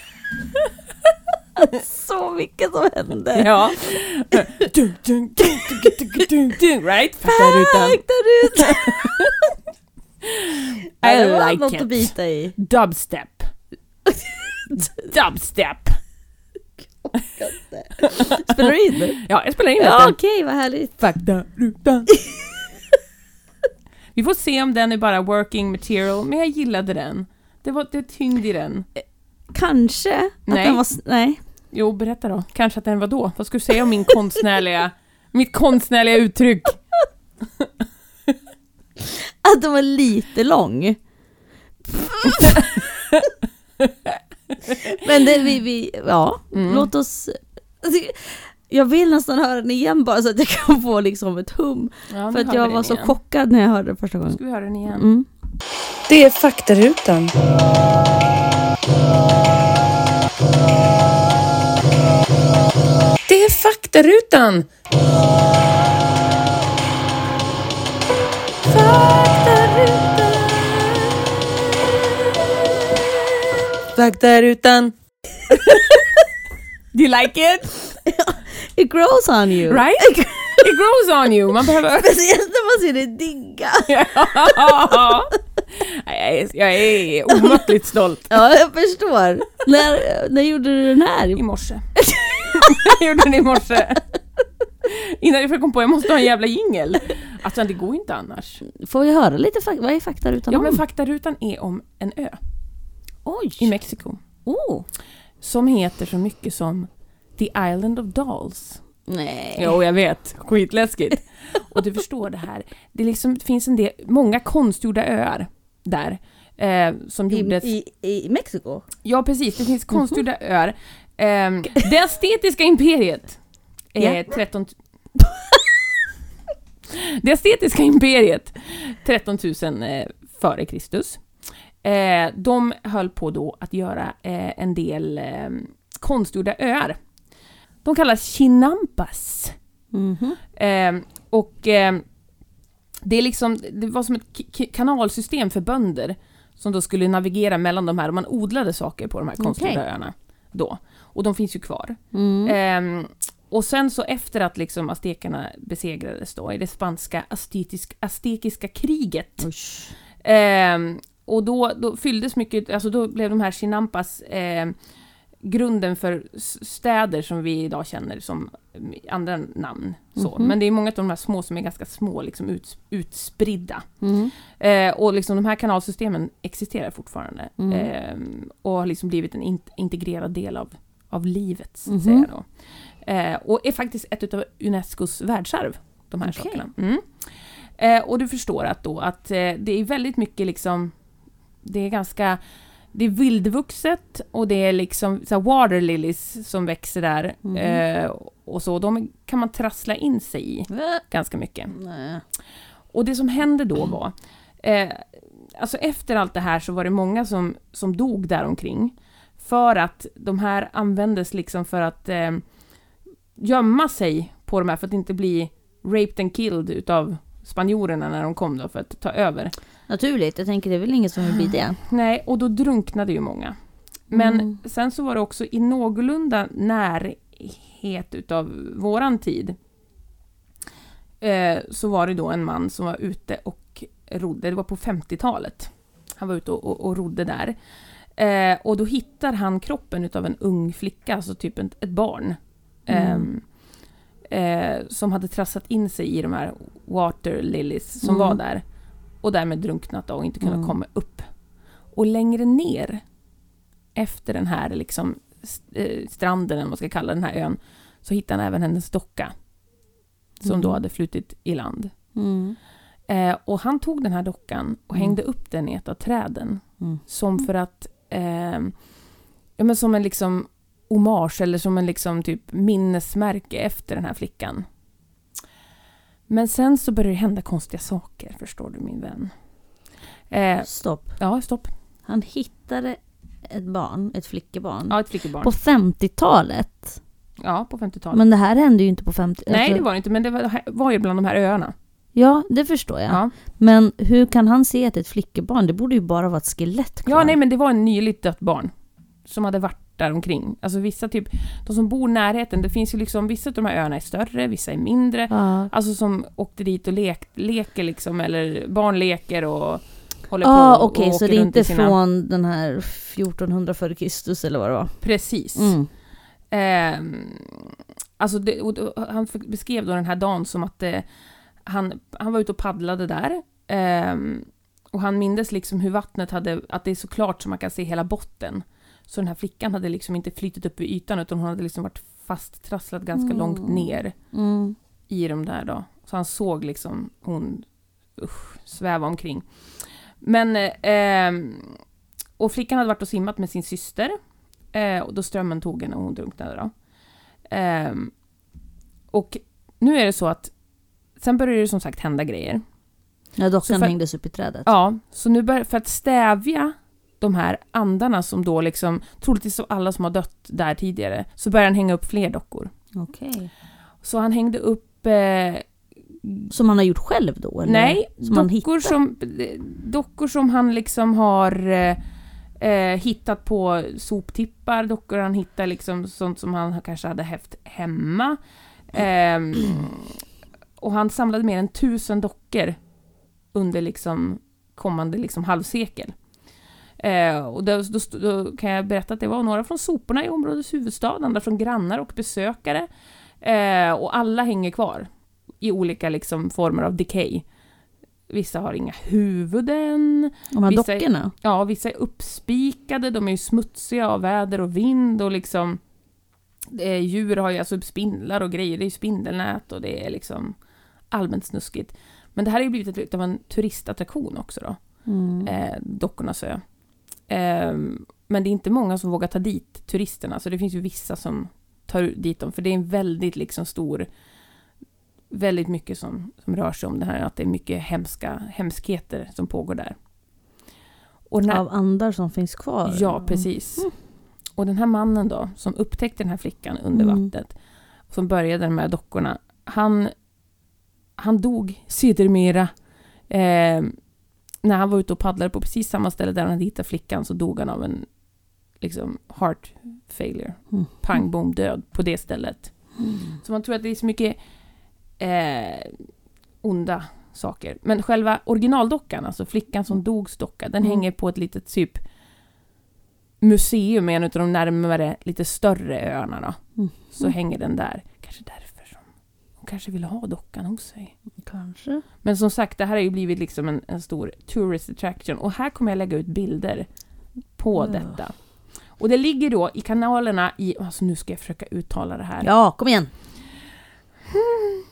Så mycket som hände. Ja. Dun, dun, dun, dun, dun, dun, dun, right? Faktarutan. Faktaruta. I Det var like något it. att bita i. Dubstep. Dubstep. Spelar du in det? Ja, jag spelar in Ja, det. okej, vad härligt. Faktarutan. Vi får se om den är bara working material, men jag gillade den. Det var det tyngd i den. Kanske. Att Nej. Den var, nej. Jo, berätta då. Kanske att den var då. Vad ska du säga om min konstnärliga, mitt konstnärliga uttryck? Att den var lite lång. Men det vi, vi ja, Mm. låt oss... Alltså, jag vill nästan höra den igen bara så att jag kan få liksom ett hum. Ja, För att jag var så igen. chockad när jag hörde det första gången. Ska vi höra den igen? Mm. Det är faktarutan. Det är faktarutan. Faktarutan. Do you like it? It grows on you. Right? It grows on you. Man behöver... Speciellt när man ser det digga. Ja. jag, är, jag är omåttligt stolt. Ja, jag förstår. När, när gjorde du den här? I morse. Jag gjorde den i morse. Innan jag kom på, jag måste ha en jävla jingle. Alltså det går inte annars. Får vi höra lite, fak- vad är faktarutan Ja, om? men faktarutan är om en ö Oj. i Mexiko. Oh. Som heter så mycket som The Island of Dolls. Nej. Jo, jag vet. Skitläskigt. Och du förstår det här. Det, liksom, det finns en del, många konstgjorda öar där. Eh, som I, gjordes... i, I Mexiko? Ja, precis. Det finns konstgjorda öar. Eh, det estetiska imperiet. Eh, Ja. tretton... det estetiska imperiet. tretton tusen eh, före Kristus. Eh, de höll på då att göra eh, en del eh, konstgjorda öar. De kallas chinampas. Mhm. Eh, och eh, det är liksom, det var som ett k- kanalsystem för bönder som då skulle navigera mellan de här, och man odlade saker på de här konstgjorda Okej. öarna då. Och de finns ju kvar. Mm. Eh, och sen så efter att liksom aztekerna besegrades då i det spanska aztekiska, aztekiska kriget. Usch. Eh, och då, då fylldes mycket, alltså då blev de här chinampas eh, grunden för s- städer som vi idag känner som andra namn. Så. Mhm. Men det är många av de här små som är ganska små, liksom ut, utspridda. Mm. Eh, och liksom de här kanalsystemen existerar fortfarande. Mm. Eh, och har liksom blivit en in- integrerad del av, av livet, så att Mhm. säga då. Eh, och är faktiskt ett av Unescos världsarv, de här Okej. sakerna. Mm. Eh, och du förstår att då att eh, det är väldigt mycket liksom, det är ganska, det är vildvuxet och det är liksom så här water lilies som växer där. Mhm. Eh, och så, de kan man trassla in sig i Va? ganska mycket. Nej. Och det som hände då var, eh, alltså efter allt det här så var det många som, som dog där omkring. För att de här användes liksom för att eh, gömma sig på de här, för att inte bli raped and killed utav spanjorerna när de kom då för att ta över. Naturligt, jag tänker det är väl ingen som vill bli det. Nej, och då drunknade ju många. Men Mm. sen så var det också i någorlunda närhet utav våran tid. Eh, så var det då en man som var ute och rodde. Det var på femtiotalet. Han var ute och, och, och rodde där. Eh, och då hittar han kroppen utav en ung flicka, alltså typ ett, ett barn. Mm. Eh, eh, som hade trassat in sig i de här water lilies som Mm. var där. Och därmed drunknat då och inte kunnat Mm. komma upp. Och längre ner efter den här liksom st- eh, stranden, eller vad man ska kalla den här ön, så hittade han även hennes docka som Mm. då hade flutit i land. Mm. Eh, och han tog den här dockan och Mm. hängde upp den i ett av träden. Mm. Som för att eh, ja, men som en liksom hommage eller som en liksom typ minnesmärke efter den här flickan. Men sen så började det hända konstiga saker, förstår du min vän. Eh, Stopp. ja, stopp. Han hittade ett barn, ett flickebarn, Ja, ett flickebarn. på femtiotalet. Ja, på femtiotalet. Men det här hände ju inte på femtio. Nej, alltså- det var det inte, men det var, var ju bland de här öarna. Ja, det förstår jag. Ja. Men hur kan han se att det är ett flickebarn? Det borde ju bara vara ett skelett kvar. Ja, nej, men det var en nyligt dött barn som hade varit där omkring. Alltså vissa typ, de som bor i närheten, det finns ju liksom, vissa av de här öarna är större, vissa är mindre. Ja. Alltså som åkte dit och lek, leker liksom, eller barn leker och håller Ja, på och, okej, och så åker det är runt i inte sina... från den här fjortonhundra före Kristus eller vad det var. Precis. Mm. Eh, alltså det, och, och, han beskrev då den här dagen som att eh, han, han var ute och paddlade där. Eh, och han mindes liksom hur vattnet hade, att det är så klart som man kan se hela botten. Så den här flickan hade liksom inte flyttat upp i ytan, utan hon hade liksom varit fasttrasslad ganska mm. långt ner mm. i de där då. Så han såg liksom hon usch, sväva omkring. Men eh, och flickan hade varit och simmat med sin syster. Eh, och då strömmen tog henne och hon drunknade då. Eh, och nu är det så att sen började det som sagt hända grejer. Ja, dockan för, hängdes upp i trädet. Ja, så nu bör, för att stävja de här andarna som då liksom, troligtvis så alla som har dött där tidigare, så började han hänga upp fler dockor. Okej. Okay. Så han hängde upp... Eh, som han har gjort själv då? Eller? Nej, som dockor, som, dockor som han liksom har eh, hittat på soptippar. Dockor han hittar liksom sånt som han kanske hade haft hemma. Eh, och han samlade mer än tusen dockor under liksom kommande liksom halvsekel. Eh, och då, då, då kan jag berätta att det var några från soporna i områdets huvudstad, andra från grannar och besökare. Eh, och alla hänger kvar i olika liksom former av decay. Vissa har inga huvuden. De här vissa dockorna? Är, ja, vissa är uppspikade. De är ju smutsiga av väder och vind. Och liksom, eh, djur har ju alltså spindlar och grejer. Det är ju spindelnät och det är liksom allmänt snuskigt. Men det här har ju blivit ett, en turistattraktion också då. Mm. Eh, Dockornas ö. Eh, men det är inte många som vågar ta dit turisterna. Så det finns ju vissa som tar dit dem. För det är en väldigt liksom stor... Väldigt mycket som, som rör sig om det här. Att det är mycket hemska, hemskheter som pågår där. Och här, av andar som finns kvar? Ja, precis. Mm. Och den här mannen då, som upptäckte den här flickan under mm. vattnet. Som började med dockorna. Han, han dog sedermera. Eh, när han var ute och paddlade på precis samma ställe där han hade hittat flickan, så dog han av en liksom heart failure. Mm. Pang, bom, död på det stället. Mm. Så man tror att det är så mycket eh, onda saker. Men själva originaldockan, alltså flickan som dogs docka, den mm. hänger på ett litet typ museum, en av de närmare lite större öarna då. Mm. Så mm. hänger den där. Kanske därför som hon kanske vill ha dockan hos sig. Kanske. Men som sagt, det här har ju blivit liksom en, en stor tourist attraction. Och här kommer jag lägga ut bilder på mm. detta. Och det ligger då i kanalerna i... Alltså nu ska jag försöka uttala det här. Ja, kom igen. Hmm.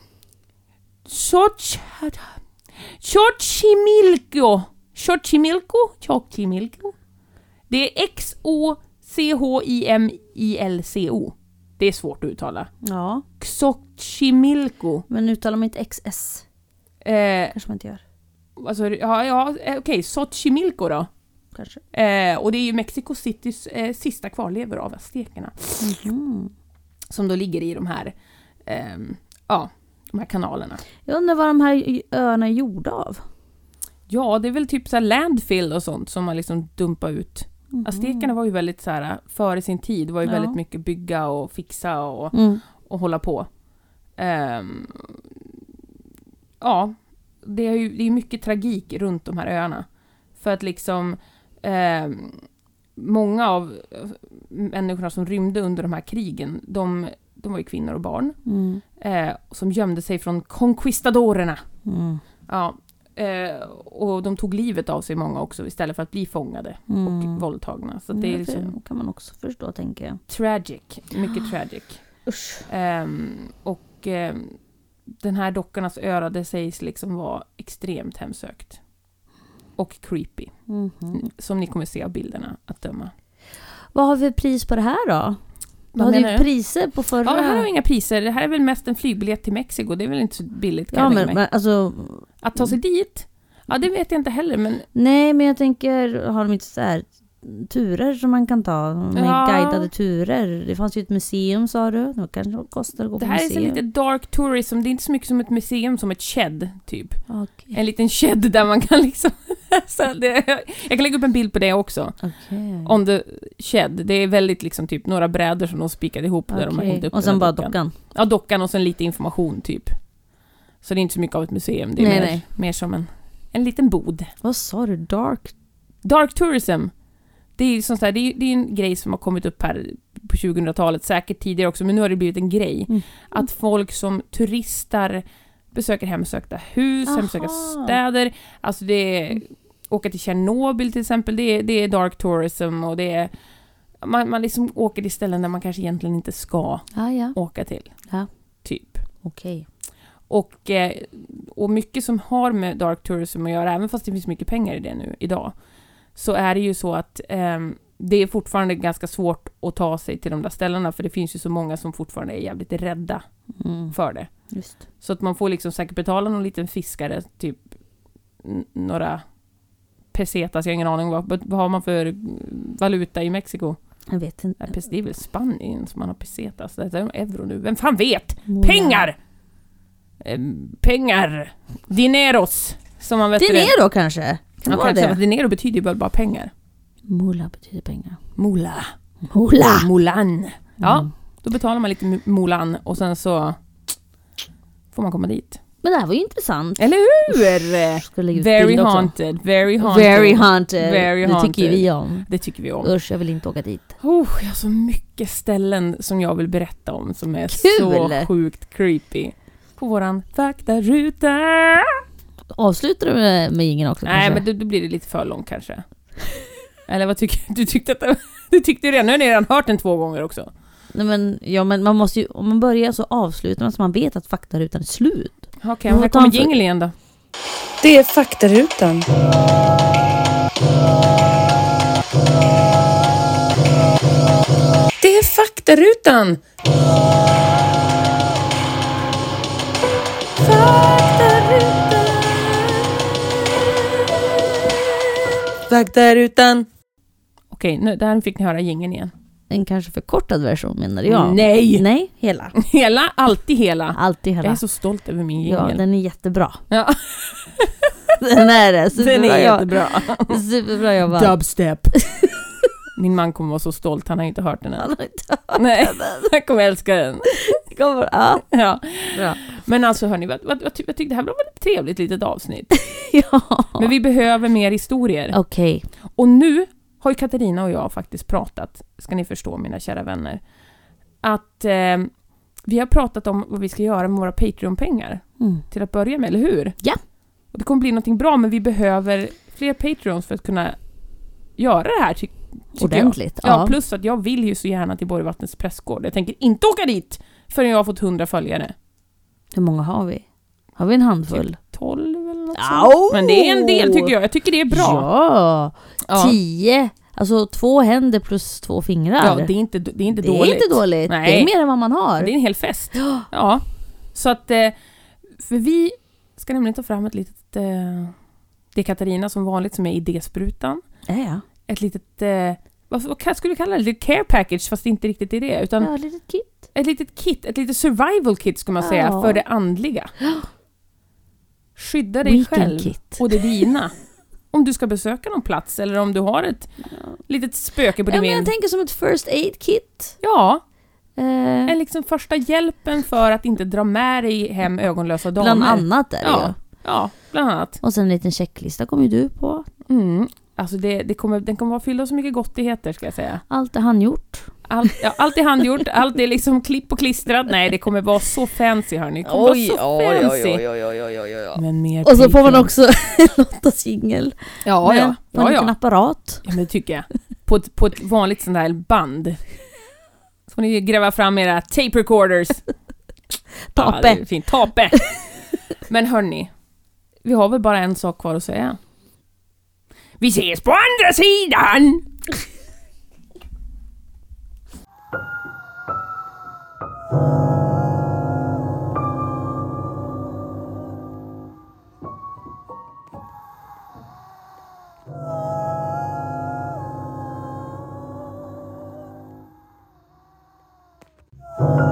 Xochimilco. Xochimilco. Xochimilco. Det är X O C H I M I L C O. Det är svårt att uttala. Ja. Xochimilco. Men uttalar man inte X S? Eh, Kanske man inte gör. Alltså, ja, ja okej. Okay. Xochimilco då. Kanske. Eh, och det är ju Mexico Citys eh, sista kvarlevor av aztekerna. Mm-hmm. Som då ligger i de här eh, ja, de här kanalerna. Jag undrar vad de här öarna är gjorda av. Ja, det är väl typ så här landfill och sånt som man liksom dumpar ut. Mm-hmm. Aztekerna var ju väldigt så här före sin tid. Det var ju ja. väldigt mycket bygga och fixa och, mm. och hålla på. Um, ja, det är ju det är mycket tragik runt de här öarna. För att liksom eh, många av människorna som rymde under de här krigen, de, de var ju kvinnor och barn. Mm. Eh, som gömde sig från conquistadorerna. Mm. Ja, eh, och de tog livet av sig många också istället för att bli fångade mm. och våldtagna. Så det är liksom, kan man också förstå, tänker jag. Tragic, mycket tragic. Usch. Eh, och eh, den här dockornas öra, det sägs liksom vara extremt hemsökt. Och creepy. Mm-hmm. Som ni kommer se av bilderna att döma. Vad har vi pris på det här då? Vad har du priser på förra? Ja, här har vi inga priser. Det här är väl mest en flygbiljett till Mexiko. Det är väl inte så billigt, kan ja, jag men, mig. men alltså... Att ta sig dit? Ja, det vet jag inte heller. Men... Nej, men jag tänker, har de inte så här turer som man kan ta? Med ja. guidade turer. Det fanns ju ett museum, sa du. Det kanske kostar att gå på museum. Det här är så lite dark tourism. Det är inte så mycket som ett museum, som ett shed, typ. Okay. En liten shed där man kan liksom... så det, jag kan lägga upp en bild på det också. Okay. On the shed. Det är väldigt liksom typ några brädor som de spikade ihop. Okay. Där de har hängt upp. Och sen bara dockan. dockan. Ja, dockan och sen lite information typ. Så det är inte så mycket av ett museum. Det är nej, mer, nej. mer som en, en liten bod. Vad sa du? Dark? Dark tourism. Det är, sånt där, det, är, det är en grej som har kommit upp här på tjugohundratalet, säkert tidigare också, men nu har det blivit en grej. Mm. Att folk som turistar besöker hemsökta hus, Aha. hemsökta städer. Alltså det är, åka till Tjernobyl till exempel, det är, det är dark tourism och det är, man, man liksom åker till ställen där man kanske egentligen inte ska ah, ja. åka till. Ja. Typ. Okej. Okay. Och, och mycket som har med dark tourism att göra, även fast det finns mycket pengar i det nu idag, så är det ju så att eh, det är fortfarande ganska svårt att ta sig till de där ställena, för det finns ju så många som fortfarande är jävligt rädda mm. för det. Just. Så att man får liksom säkert betala någon liten fiskare, typ n- några pesetas, jag har ingen aning vad, vad har man för valuta i Mexiko? Jag vet inte. Det är väl Spanien som man har pesetas, det är euro nu. Vem fan vet? Mola. Pengar! Eh, pengar! Dineros! Som man vet Dinero det. Kanske? Kan ja, kanske. Dinero betyder väl bara pengar. Mola betyder pengar. Mola. Mola. Molan. Ja, mm. då betalar man lite molan och sen så får man komma dit. Men det här var ju intressant. Eller hur? Very haunted, very haunted. Very haunted. Very det haunted. tycker vi om. Det tycker vi om. Usch, jag vill inte åka dit. Oh, jag har så mycket ställen som jag vill berätta om som är Kul. Så sjukt creepy. På våran faktaruta. Avslutar du med, med ingen också? Nej, kanske? men då, då blir det lite för långt kanske. Eller vad tycker du? Tyckte att du tyckte redan, nu har ni redan hört den två gånger också. Nej, men, ja, men man måste ju, om man börjar så avslutar man så man vet att faktarutan är slut. Okej, okay, men här kommer jingle igen då. Det är faktarutan. Det är faktarutan. Faktarutan. Faktarutan. Okej, nu, där fick ni höra jingeln igen. En kanske förkortad version menar jag. Nej! Nej, hela. Hela, alltid hela. Alltid hela. Jag är så stolt över min jingel. Ja, den är jättebra. Ja. Den är det. Den är jättebra. Superbra jobbat. Dubstep. Min man kommer vara så stolt, han har inte hört den än. Han har inte hört Nej, den. han kommer älska den. Kommer, ja. Ja. Bra. Men alltså hörni, vad, vad, vad, jag tyckte det här var ett trevligt litet avsnitt. Ja. Men vi behöver mer historier. Okej. Okay. Och nu har ju Katarina och jag faktiskt pratat, ska ni förstå mina kära vänner, att eh, vi har pratat om vad vi ska göra med våra Patreon-pengar mm. till att börja med, eller hur? Ja. Och det kommer bli någonting bra, men vi behöver fler Patreons för att kunna göra det här, ty- tycker ordentligt. jag. Ja, ja, plus att jag vill ju så gärna till Borgvattnets prästgård. Jag tänker inte åka dit förrän jag har fått hundra följare. Hur många har vi? Har vi en handfull? Typ tolv eller något oh! sånt. Men det är en del tycker jag. Jag tycker det är bra. Ja, ja. tio. Alltså två händer plus två fingrar. Ja, det är inte, det är inte det dåligt. Det är inte dåligt. Nej. Det är mer än vad man har. Det är en hel fest. Ja. Så att, för vi ska nämligen ta fram ett litet, det är Katarina som vanligt som är idésprutan. Ja, ja. Ett litet, vad, vad skulle vi kalla det? Ett care package, fast det inte riktigt är det. Utan ja, ett litet kit. Ett litet kit, ett litet survival kit ska man säga, ja. för det andliga. Skydda dig Weekend själv kit. och det dina. Om du ska besöka någon plats eller om du har ett ja. litet spöke på ja, din men vind. jag tänker som ett first aid kit. Ja. Eh. En liksom första hjälpen för att inte dra med dig hem ögonlösa damer. Bland annat är det ja. ju. Ja, bland annat. Och sen en liten checklista kommer ju du på. Mm. Alltså det, det kommer, den kommer vara fylld av så mycket gottigheter ska jag säga. Allt är handgjort. Allt, ja, allt är handgjort, allt är liksom klipp och klistrat. Nej, det kommer vara så fancy hörni. Det kommer Oj, vara så fancy. oj, oj, oj, oj, oj, oj. Men mer och så får man Patreon. också Lottas jingel. Ja, Men ja. på en ja, liten ja. apparat. Ja, men det tycker jag. På ett, på ett vanligt sånt där band. Så får ni gräva fram era tape recorders. Tape. Ja, det är fint. Tape. Men hörni, vi har väl bara en sak kvar att säga. Vi ses på andra sidan! you